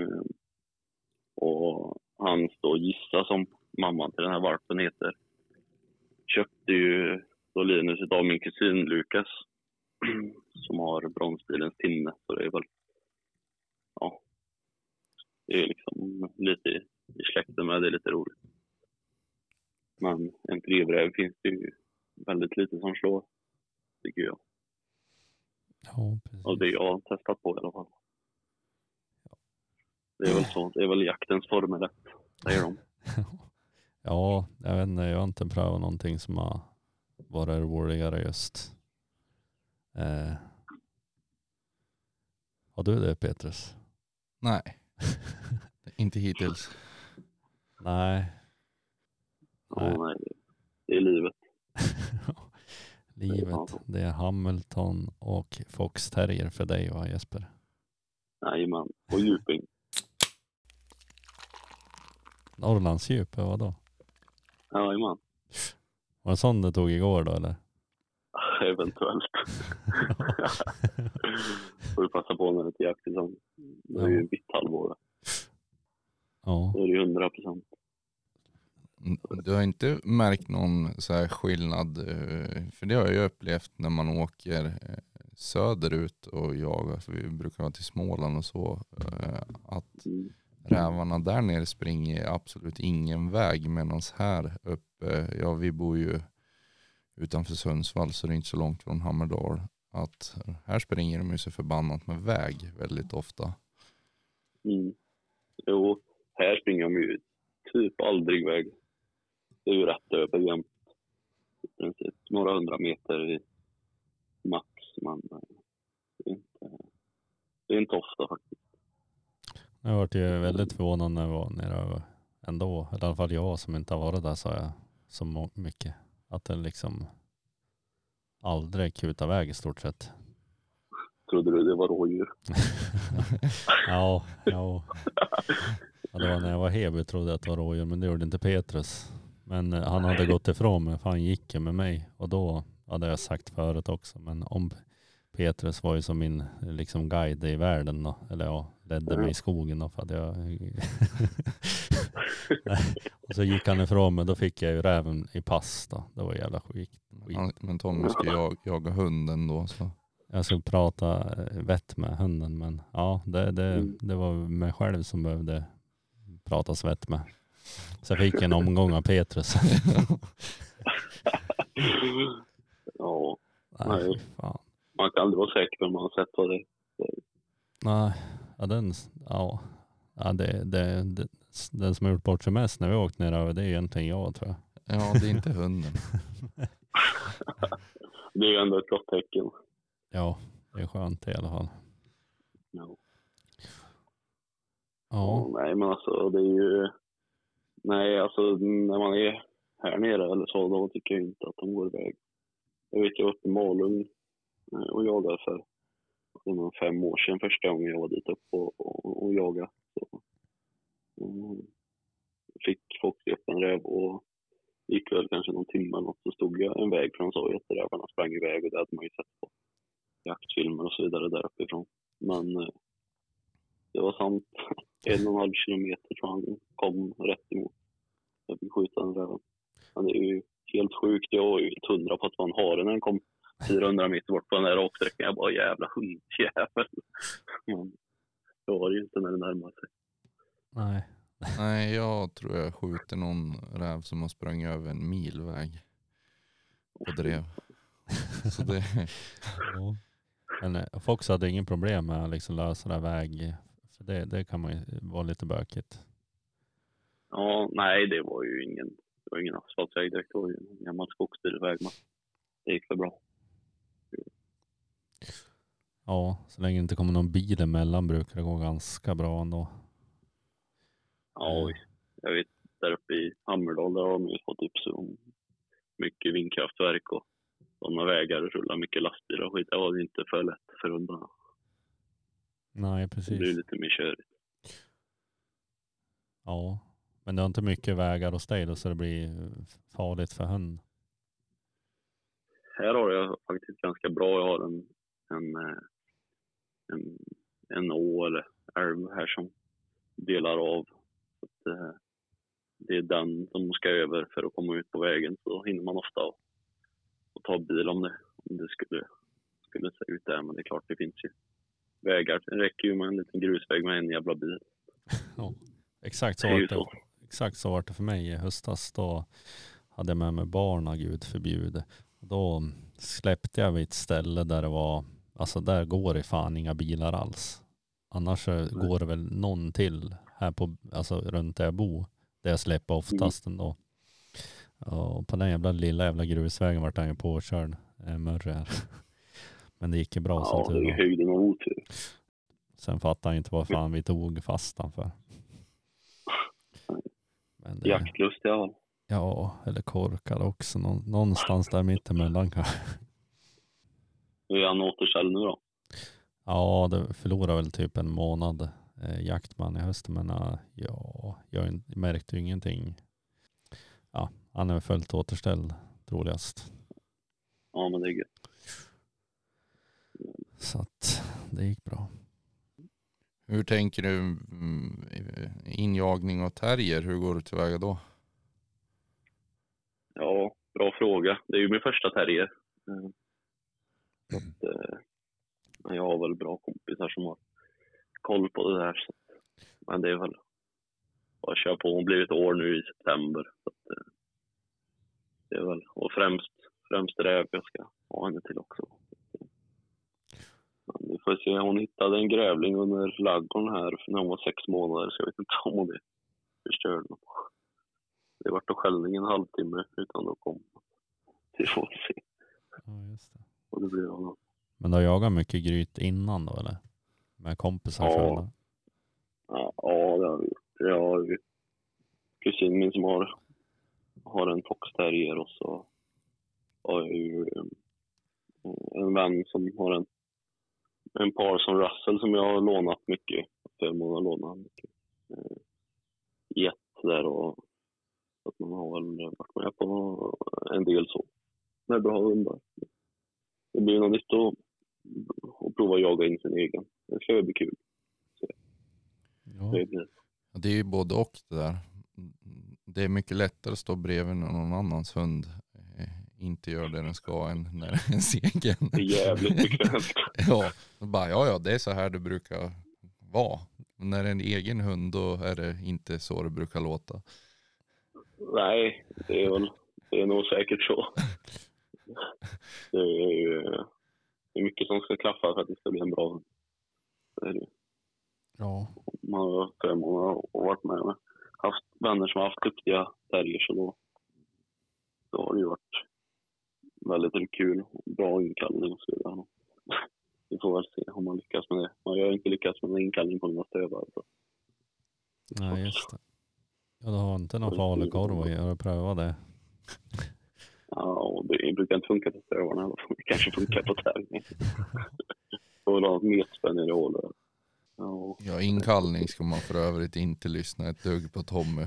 Och han står gissa som mamman till den här valpen heter. Köpte ju då Linus av min kusin Lukas som har bronsbilens timme, så det är väl det är liksom lite i släkten med, det är lite roligt. Men en drivräv finns det ju väldigt lite som slår, tycker jag. Ja, precis. Och det jag har testat på i alla fall. Det är väl så, det är väl jaktens Formel 1, säger de. Ja, jag vet inte, jag har inte prövat någonting som har varit roligare just. Har du det, Petrus? Nej, inte hittills. Nej. Ja, nej, det är livet. Livet, det är Hamilton och Fox Terrier för dig, va, Jesper? Jajamän, och djuping. Norrlandsdjup, vadå? Jajamän. Var det sån du tog igår då, eller? Eventuellt. Får du passa på när det är till jaktsäsong. Det är ju en vitt halvår. Ja. Då är det 100%. Du har inte märkt någon så här skillnad, för det har jag ju upplevt när man åker söderut och jagar, för vi brukar vara till Småland och så, att rävarna där nere springer absolut ingen väg, medan här uppe, ja vi bor ju utanför Sundsvall så det är inte så långt från Hammerdal, att här springer de ju så förbannat med väg väldigt ofta. Jo, här springer de ju typ aldrig väg. Det är ju rätt över jämt. I princip några 100 meter i max, men det är inte ofta faktiskt. Jag har varit ju väldigt förvånad när jag var nere ändå. I alla fall jag som inte har varit där, sa jag så mycket. Att det liksom aldrig kutar väg i stort sett. Trodde du det var rådjur? Ja. Ja, det var när jag var Heby trodde jag att det var rådjur, men det gjorde inte Petrus. Men han hade gått ifrån mig, för han gick med mig. Och då hade jag sagt förut också. Men om Petrus var ju som min liksom guide i världen då. Eller ja, ledde mig i skogen då, för att jag... Och så gick han ifrån mig, då fick jag ju räven i pass då. Det var jävla skit. Men Tommy ska jaga hunden då, så... Jag skulle prata vett med hunden, men ja, det var mig själv som behövde prata vett med. Så jag fick en omgång av Petrus. Ja, Nej, fan. man kan aldrig vara säker förrän man har sett vad det är. Nej, ja, den som har gjort bort sig mest när vi åkt ner över, det är egentligen jag, tror jag. Ja, det är inte hunden. Det är ju ändå ett gott tecken. Ja, det är skönt i alla fall. Ja. Ja. Nej, men alltså det är ju... Nej, alltså när man är här nere eller så, då tycker jag inte att de går iväg. Jag vet, jag var uppe i Malung och jagade för 5 år sedan, första gången jag var dit upp och jagade. Så, fick folk upp en räv och gick väl kanske någon timme eller något, så stod jag en väg från Sovjeträvarna, sprang iväg, och det hade man ju sett på jaktfilmer och så vidare där uppifrån. Men det var sant. 1,5 kilometer tror han kom rätt emot. Jag fick skjuta den räven. Men det är ju helt sjukt. Jag var ju 100 på att man har den. Den kom 400 meter bort på den där raksträckan. Jag bara, jävla hundjävel. Men då var det ju inte när det närmade sig. Nej. Nej, jag tror jag skjuter någon räv som har sprungit över en milväg på drev. Så det... Ja. Men Fox hade ingen problem med att liksom lösa den väg. För det kan man ju vara lite bökigt. Ja, nej, det var ju ingen asfaltväg direkt. Det var ju en gammal skogsbilväg. Men det gick för bra. Ja, så länge det inte kommer någon bil emellan brukar det gå ganska bra ändå. Ja, jag vet, där uppe i Hammerdal, där har de ju fått tips om mycket vindkraftverk och sådana vägar, rullar mycket lastbilar och skit. Det var ju inte för lätt för hundarna. Nej, precis. Det blir lite mer körigt. Ja, men det är inte mycket vägar hos dig då, så det blir farligt för hund. Här har jag faktiskt ganska bra. Jag har en å eller älv här som delar av. Så att, det är den som ska över för att komma ut på vägen. Så då hinner man ofta och ta bil om det skulle se ut där. Men det är klart, det finns ju vägar. Det räcker ju med en liten grusväg med en jävla bil. Ja, exakt så var det för mig i höstas. Då hade jag med mig barn, Gud förbjude. Då släppte jag vid ett ställe där det var, alltså där går det fan inga bilar alls. Annars går det väl någon till här på, alltså runt där jag bor. Där jag släpper oftast ändå. Och på den jävla grusvägen vart han ju påkörd. Mörre här. Men det gick ju bra som tur var. Ja, det är höjden av otur. Sen fattar jag inte vad fan vi tog fastan för. Men det, jaktlust i alla fall. Ja, eller korkad också. Någonstans där mittemellan kanske. Hur är han återställd nu då? Ja, det förlorade väl typ en månad jaktman i hösten. Men jag märkte ju ingenting. Ja, han är väl fullt återställd troligast. Ja, men det är gött. Så att det gick bra. Hur tänker du injagning av terrier? Hur går du tillväga då? Ja, bra fråga. Det är ju min första terrier. Så att, jag har väl bra kompisar som har koll på det där. Så att, men det är väl bara köra på. Hon blir ett år nu i september. Så att, det är väl, och främst räv jag ska ha henne till också. Men vi får se. Hon hittade en grävling under laggården här när hon var 6 månader. Så jag vet inte om det förstörde något. Det var då skällningen en halvtimme utan att komma. Vi får se. Ja, just det. Och det blir annat. Men du har jagat mycket gryt innan då, eller? Med kompisar själva? Ja, det har vi gjort. Jag har ju kusin min som har en foxterrier, och så har jag ju en vän som har en par som Russell som jag har lånat mycket. Förmån har lånat mycket. Jet där, och så att man har väl varit med på en del så. Med bra hundar. Det blir nog nytt att prova att jaga in sin egen. Det ska bli kul. Så. Ja. Det är ju både och det där. Det är mycket lättare att stå bredvid någon annans hund. Inte gör det den ska än när den är egen. Det är jävligt bekvämt. Ja, det är så här det brukar vara. Men när det är en egen hund, då är det inte så det brukar låta. Nej, det är nog säkert så. Det är mycket som ska klaffa för att det ska bli en bra hund. Det är det. Ja. Man har förmånen att varit med haft vänner som har haft duktiga terriers, och då har det ju varit väldigt kul. Bra inkallning och så vidare. Vi får väl se om man lyckas med det. Man har inte lyckats med en inkallning på några stövar. Så. Nej, just det. Ja, du har inte någon falukorv att göra, pröva det. Ja, det brukar inte funka på stövarna. Det kanske funkar på tävling. Och då metspänn i det hålet. Ja, inkallning ska man för övrigt inte lyssna ett dugg på Tommy.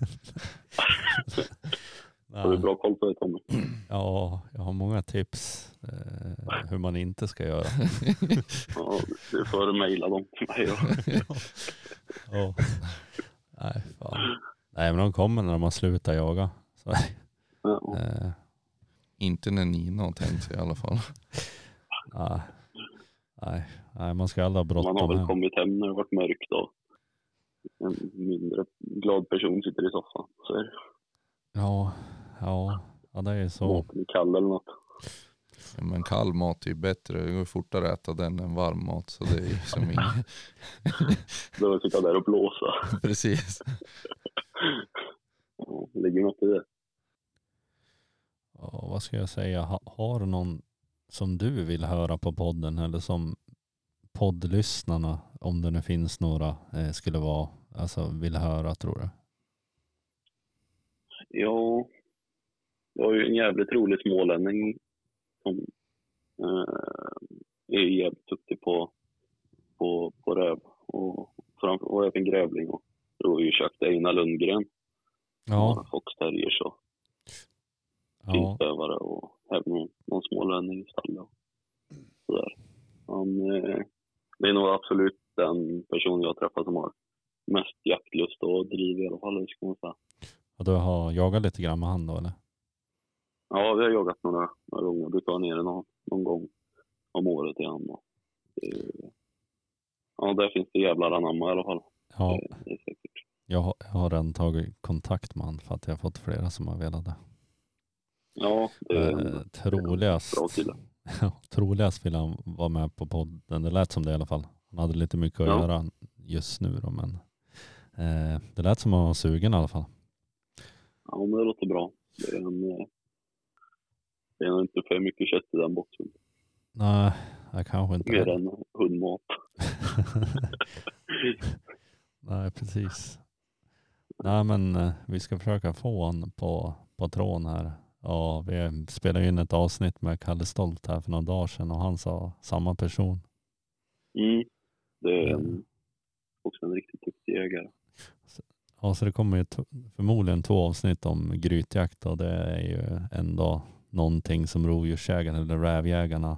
Har du bra koll på det, Tommy? Ja, jag har många tips hur man inte ska göra. Ja, du får mejla dem till mig. Ja. Nej, fan. Nej, men de kommer när man slutar jaga. Så. Ja. Inte när Nina har tänkt sig i alla fall. Nej, man ska aldrig ha bråttom. Man har väl kommit hem när det varit mörkt och en mindre glad person sitter i soffan. Så är det. Ja, det är så. Maten är kall eller något. Ja, men kall mat är ju bättre. Det går fortare att äta den än varm mat. Så det är ju som inget. Då vill sitta där och blåsa. Precis. Ja, det ligger något i det. Ja, vad ska jag säga? Har du någon som du vill höra på podden, eller som poddlyssnarna, om det nu finns några, skulle vara, alltså vill höra, tror du? Ja, det var ju en jävligt rolig smålänning som är jävligt duktig på räv och även grävling, och rådjursjakt. Einar Lundgren. Ja. Fox terriers och finstövare och även någon smålänning i stallet. Sådär. Det är nog absolut den person jag träffat som har mest jaktlust och driv i alla fall, ska man säga. Och du har jagat lite grann med han då, eller? Ja, vi har jagat några gånger. Jag brukar vara nere någon gång om året igen. Ja, där finns det jävla anamma i alla fall. Ja. Det är säkert. Jag har redan tagit kontakt med han för att jag har fått flera som har velat det. Ja, det är troligast. Bra kille. Troligast vill han vara med på podden. Det lät som det i alla fall. Han hade lite mycket att göra just nu då, men det lät som att han var sugen i alla fall. Ja, men det låter bra. Det är nog inte för mycket kött i den boxen. Nej, jag kanske inte. Mer än hundmat. Nej, precis. Nej, men vi ska försöka få honom på tråden här. Ja, vi spelade in ett avsnitt med Kalle Stolt här för några dagar sedan, och han sa samma person. Det är också en riktigt duktig jägare. Ja, så det kommer ju förmodligen 2 avsnitt om grytjakt, och det är ju ändå någonting som rovdjursjägarna eller rävjägarna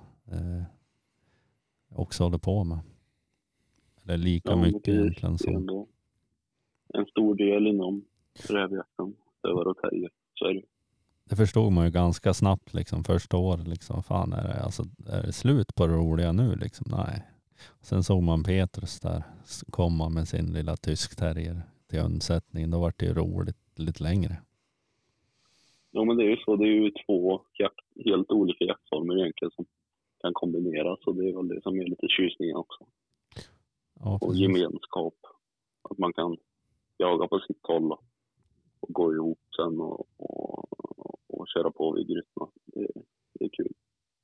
också håller på med. Eller lika mycket egentligen som. Det är en stor del inom rävjakten, stövare och terrier. Så är det. Det förstod man ju ganska snabbt liksom, första året liksom. Fan, är det slut på det roliga nu liksom? Nej. Sen såg man Petrus där komma med sin lilla tysk terrier till undsättning. Då var det ju roligt lite längre. Ja, men det är ju så. Det är ju 2 helt olika jaktformer egentligen som kan kombineras. Och det är väl det som är lite tjusningen också. Ja, och gemenskap. Att man kan jaga på sitt håll och gå ihop sen och köra på vid grytorna. Det är kul.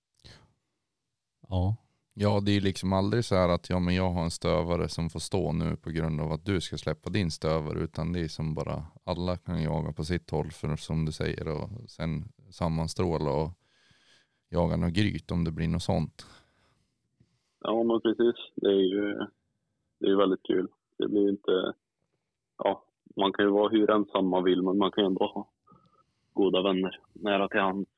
Ja. Ja, det är liksom aldrig så här att men jag har en stövare som får stå nu på grund av att du ska släppa din stövare, utan det är som bara alla kan jaga på sitt håll, för som du säger, och sen sammanstråla och jaga något gryt om det blir något sånt. Ja, men precis. Det är ju väldigt kul. Det blir inte, man kan ju vara hur ensam man vill, men man kan ju ändå ha goda vänner nära till hand.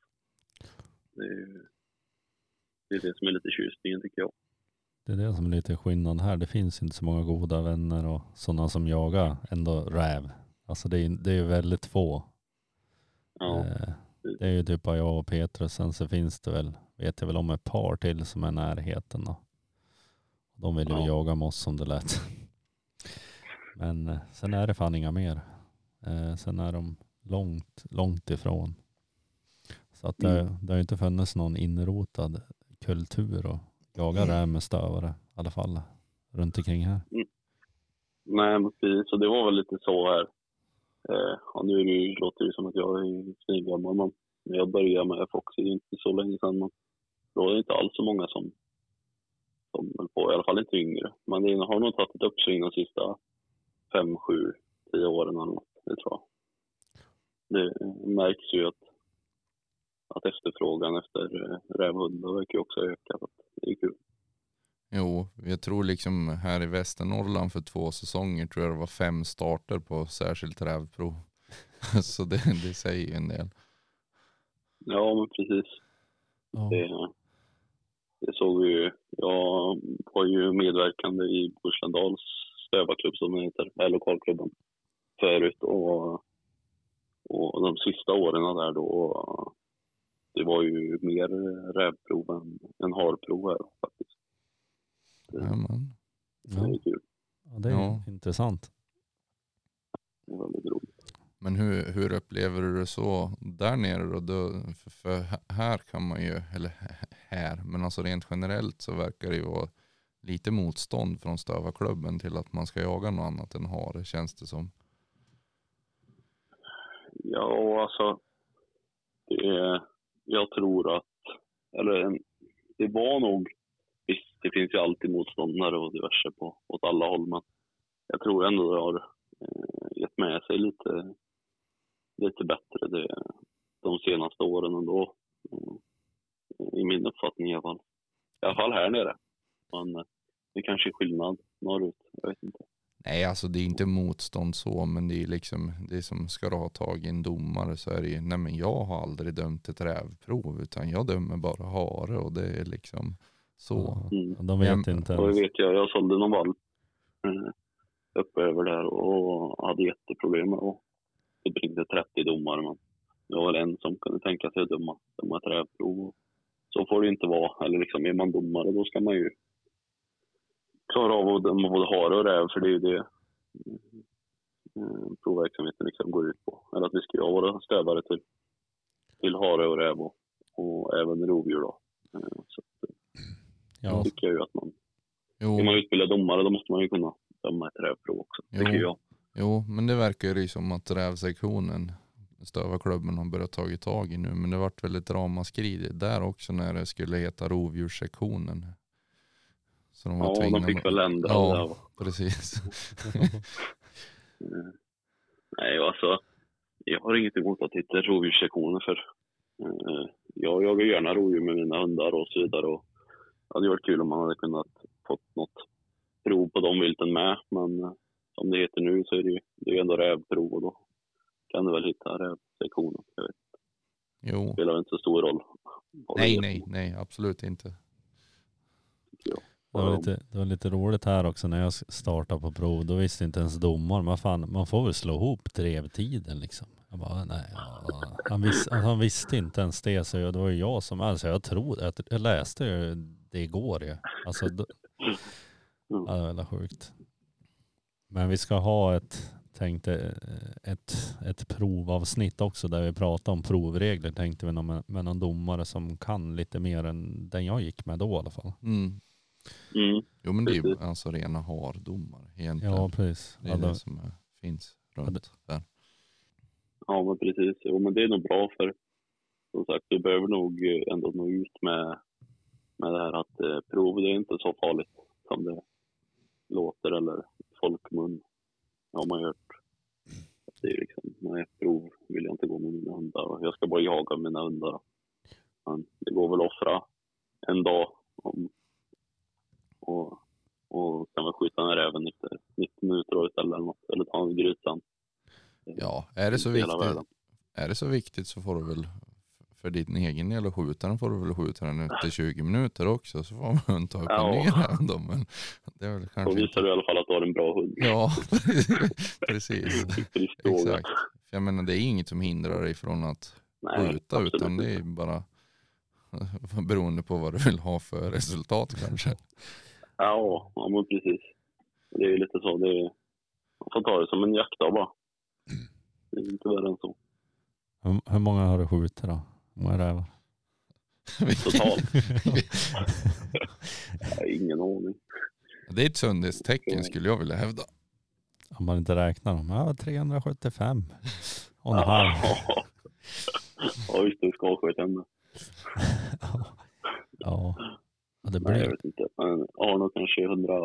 Det är det som är lite tjusningen, tycker jag. Det är det som är lite skillnad här. Det finns inte så många goda vänner och sådana som jagar ändå räv. Alltså det är ju väldigt få. Ja. Det är ju typ jag och Petrus. Sen så finns det väl, vet jag väl om ett par till som är närheten då. De vill ju jaga med oss som det lät. Men sen är det fan inga mer. Sen är de långt ifrån. Så att det har inte funnits någon inrotad kultur och jaga räv med stövare i alla fall runt omkring här. Nej, men precis. Så det var väl lite så här. Nu låter det som att jag är svingammal, men när jag började med Foxy inte så länge sedan. Men då var det inte alls så många som höll på, i alla fall inte yngre. Men det har nog tagit ett uppsving de sista 5, 7, 10 åren eller något, det tror jag. Det märks ju att efterfrågan efter rävhundar verkar ju också öka. Det är kul. Jo, jag tror liksom här i Västernorrland för 2 säsonger tror jag det var 5 starter på särskilt rävprov. Så det säger ju en del. Ja, men precis. Ja. Det såg vi ju. Jag var ju medverkande i Burslendals stövarklubb som det heter, lokalklubben förut. Och de sista åren där då, det var ju mer rävprov än harprov här faktiskt. Det är kul. Ja, det är intressant. Det är väldigt roligt. Men hur upplever du det så där nere då? För här kan man ju, eller här, men alltså rent generellt så verkar det ju vara lite motstånd från stövarklubben till att man ska jaga något annat än hare, känns det som. Ja, alltså jag tror att, det var nog, visst, det finns ju alltid motståndare och diverse åt alla håll, men jag tror ändå det har gett med sig lite bättre de senaste åren ändå, i min uppfattning i alla fall. I alla fall här nere. Men det kanske är skillnad norrut, jag vet inte. Nej, alltså det är inte motstånd så, men det är liksom, det är som ska du ha tag i en domare så är det ju, nej men jag har aldrig dömt ett rävprov utan jag dömer bara hare och det är liksom så. De vet inte. Och jag sålde någon valp uppe över där och hade jätteproblem med att det bringde 30 domare, men det var väl en som kunde tänka sig att döma ett rävprov. Så får det inte vara, eller liksom är man domare då ska man ju klara av att döma både hare och räv, för det är ju det provverksamheten liksom går ut på. Eller att vi ska vara stövare till hare och räv och även rovdjur då. Så Ja. tycker jag ju att är man utbildad domare då måste man ju kunna döma ett rävprov också, tycker jag. Jo, men det verkar ju som att rävsektionen, stövarklubben, har börjat tag i nu. Men det har varit väldigt ramaskri där också när det skulle heta rovdjurssektionen. Så de var tvingade. De fick väl ändra det. Ja, precis. Nej, alltså jag har inget emot att hitta rovdjurssektioner, för jag jagar gärna rovdjur med mina hundar och så vidare, och det hade varit kul om man hade kunnat fått något prov på de vilten med, men som det heter nu så är det är ändå rävprov och då kan du väl hitta rävsektionen. Jag vet. Jo. Det spelar inte så stor roll. Nej, absolut inte. Det var lite roligt här också när jag startade på prov. Då visste inte ens domaren. Man får väl slå ihop drevtiden liksom. Jag bara, nej. Han visste inte ens det. Så det var ju jag som, alltså jag läste ju det igår ju. Alltså, det var sjukt. Men vi ska ha ett provavsnitt också där vi pratar om provregler, tänkte vi, med någon domare som kan lite mer än den jag gick med då i alla fall. Jo, men det är ju alltså rena hardomar egentligen. Ja, precis. Det är det som finns runt där. Ja, men precis. Jo, men det är nog bra, för som sagt, vi behöver nog ändå nå ut med det här att prov, det är inte så farligt som det låter, eller folkmun. Ja, man har hört. Det är liksom, nej, prov vill jag inte gå med mina hundar. Jag ska bara jaga mina hundar. Men det går väl att offra en dag och kan väl skjuta ner även efter 90 minuter eller något. Eller ta en grytan. Ja, är det så viktigt så får du väl för din egen del att skjuta den, får du väl skjuta den efter 20 minuter också, så får man ta upp en ny räv. Men det är väl kanske. Då visar du i alla fall att du har en bra hund. Ja, precis. Exakt. Jag menar, det är inget som hindrar dig från att skjuta, utan det är bara beroende på vad du vill ha för resultat kanske. Ja, men precis. Det är lite så. Man får ta det som en jakt bara. Det är inte värre än så. Hur många har du skjutit då? många rävar? Totalt. Jag har ingen aning. Det är ett sundhetstecken skulle jag vilja hävda. Om man inte räknar dem. Ja, 375. Och en Ja, halv. ja, just det. Ska skjuta ämne. Ja, det Nej, jag blir... vet inte. Men Arno kanske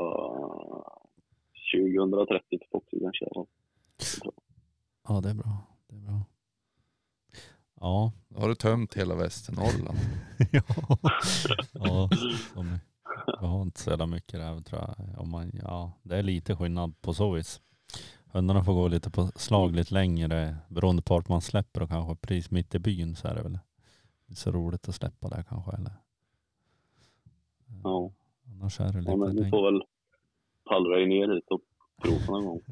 120-130 till Foxy kanske. Ja, det är bra. Det är bra. Ja. Då har du tömt hela Västernorrland. Ja, jag har inte så jävla mycket där, tror jag. Det är lite skillnad på så vis. Hundarna får gå lite på slag lite längre beroende på att man släpper och kanske pris mitt i byn så är det väl så roligt att släppa där kanske. Eller? Ja. Annars är det lite men ni får väl pallra er ner hit och prova någon gång.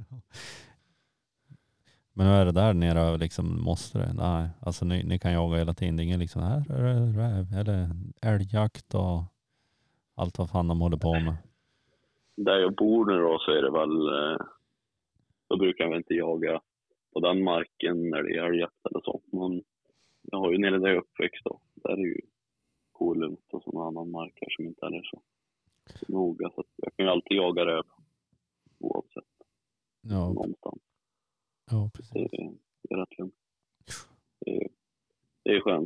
Men nu är det där nere liksom måste det? Nej, alltså ni kan jaga hela tiden. Det är ingen liksom här eller älgjakt och allt vad fan de håller på med. Där jag bor nu då så är det väl då brukar vi inte jaga på den marken när det är älgjakt eller så. Men jag har ju nere där jag är uppväxt då. Där är ju kolugnt och sådana annan mark här som inte är så noga. Så jag kan ju alltid jaga det oavsett någonstans. Ja, precis. Det är rätt lugnt. Det är skönt.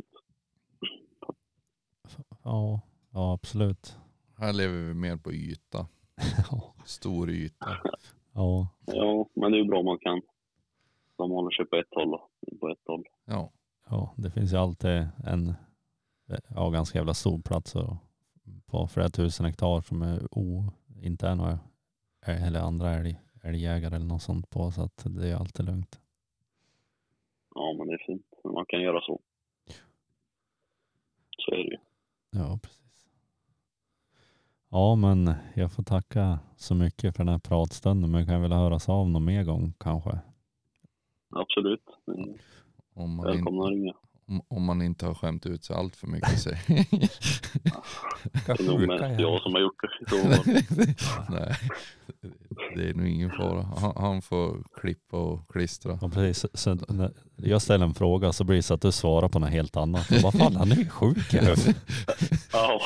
Ja, absolut. Här lever vi mer på yta. Stor yta. Ja, men det är ju bra man kan. De håller sig på ett håll då. På ett håll. Ja, det finns ju alltid en ganska jävla stor plats på flera tusen hektar som inte är några eller andra älgjägare eller något sånt på, så att det är alltid lugnt. Ja, men det är fint. Man kan göra så. Så är det ju. Ja, precis. Ja, men jag får tacka så mycket för den här pratstunden, men jag kan väl höras av någon mer gång kanske. Absolut. Välkomna att ringa. Om man inte har skämt ut sig allt för mycket sig. Det är nog mest jag som har gjort det. Nej, det är nog ingen fara. Han får klippa och klistra. Ja, precis. Så när jag ställer en fråga så blir det så att du svarar på något helt annat. Vad fan, han är sjuk. Ja.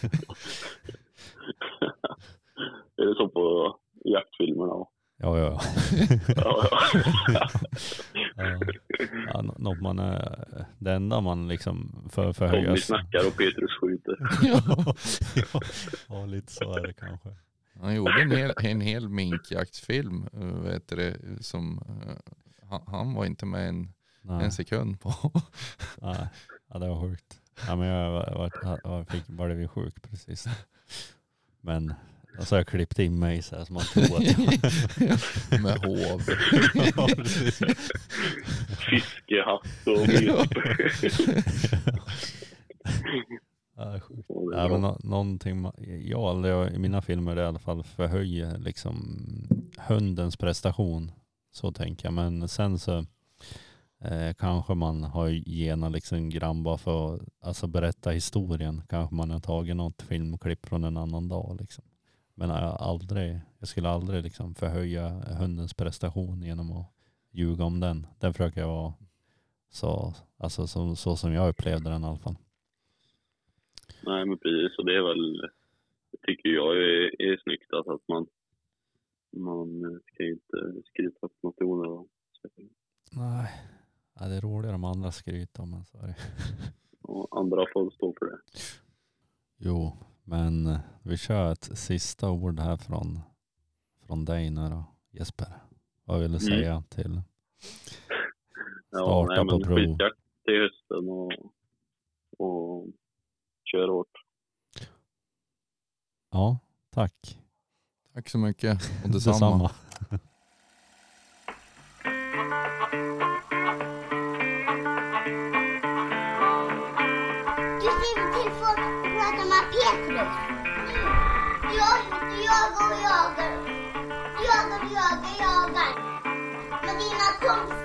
Är det så på jaktfilmerna? Ja. Ja. Ja, något man är, det enda man liksom förhöjas. Tommy snackar och Petrus skjuter. Ja, lite så är det kanske. Han gjorde en hel minkjaktsfilm, vet du, som han var inte med en sekund på. Nej, ja, det var sjukt. Ja, men jag blev sjuk precis. Men så har jag klippt in mig så här som man tror att med hov. Ja, precis. Fiskehatt och myp. Ja, sjukt. Ja, men någonting jag aldrig i mina filmer i alla fall förhöjer liksom hundens prestation, så tänker jag. Men sen så kanske man har gena liksom grann bara för att alltså berätta historien. Kanske man har tagit något filmklipp från en annan dag liksom. Men jag skulle aldrig liksom förhöja hundens prestation genom att ljuga om den. Den försöker jag vara så som jag upplevde den i alla fall. Nej, men precis. Och det är väl, tycker jag är snyggt att man ska inte skryta på något onödigt. Nej, det är roligare om andra skryter om man så är det. Och andra får stå för det. Jo, men vi kör ett sista ord här från dig nu då, Jesper. Vad vill du säga till starta på prov? Skitjakt till hösten och kör hårt. Ja, tack. Tack så mycket. Och detsamma. Du skriver till för att prata med Petrus. Du jagar. Men dina kompisar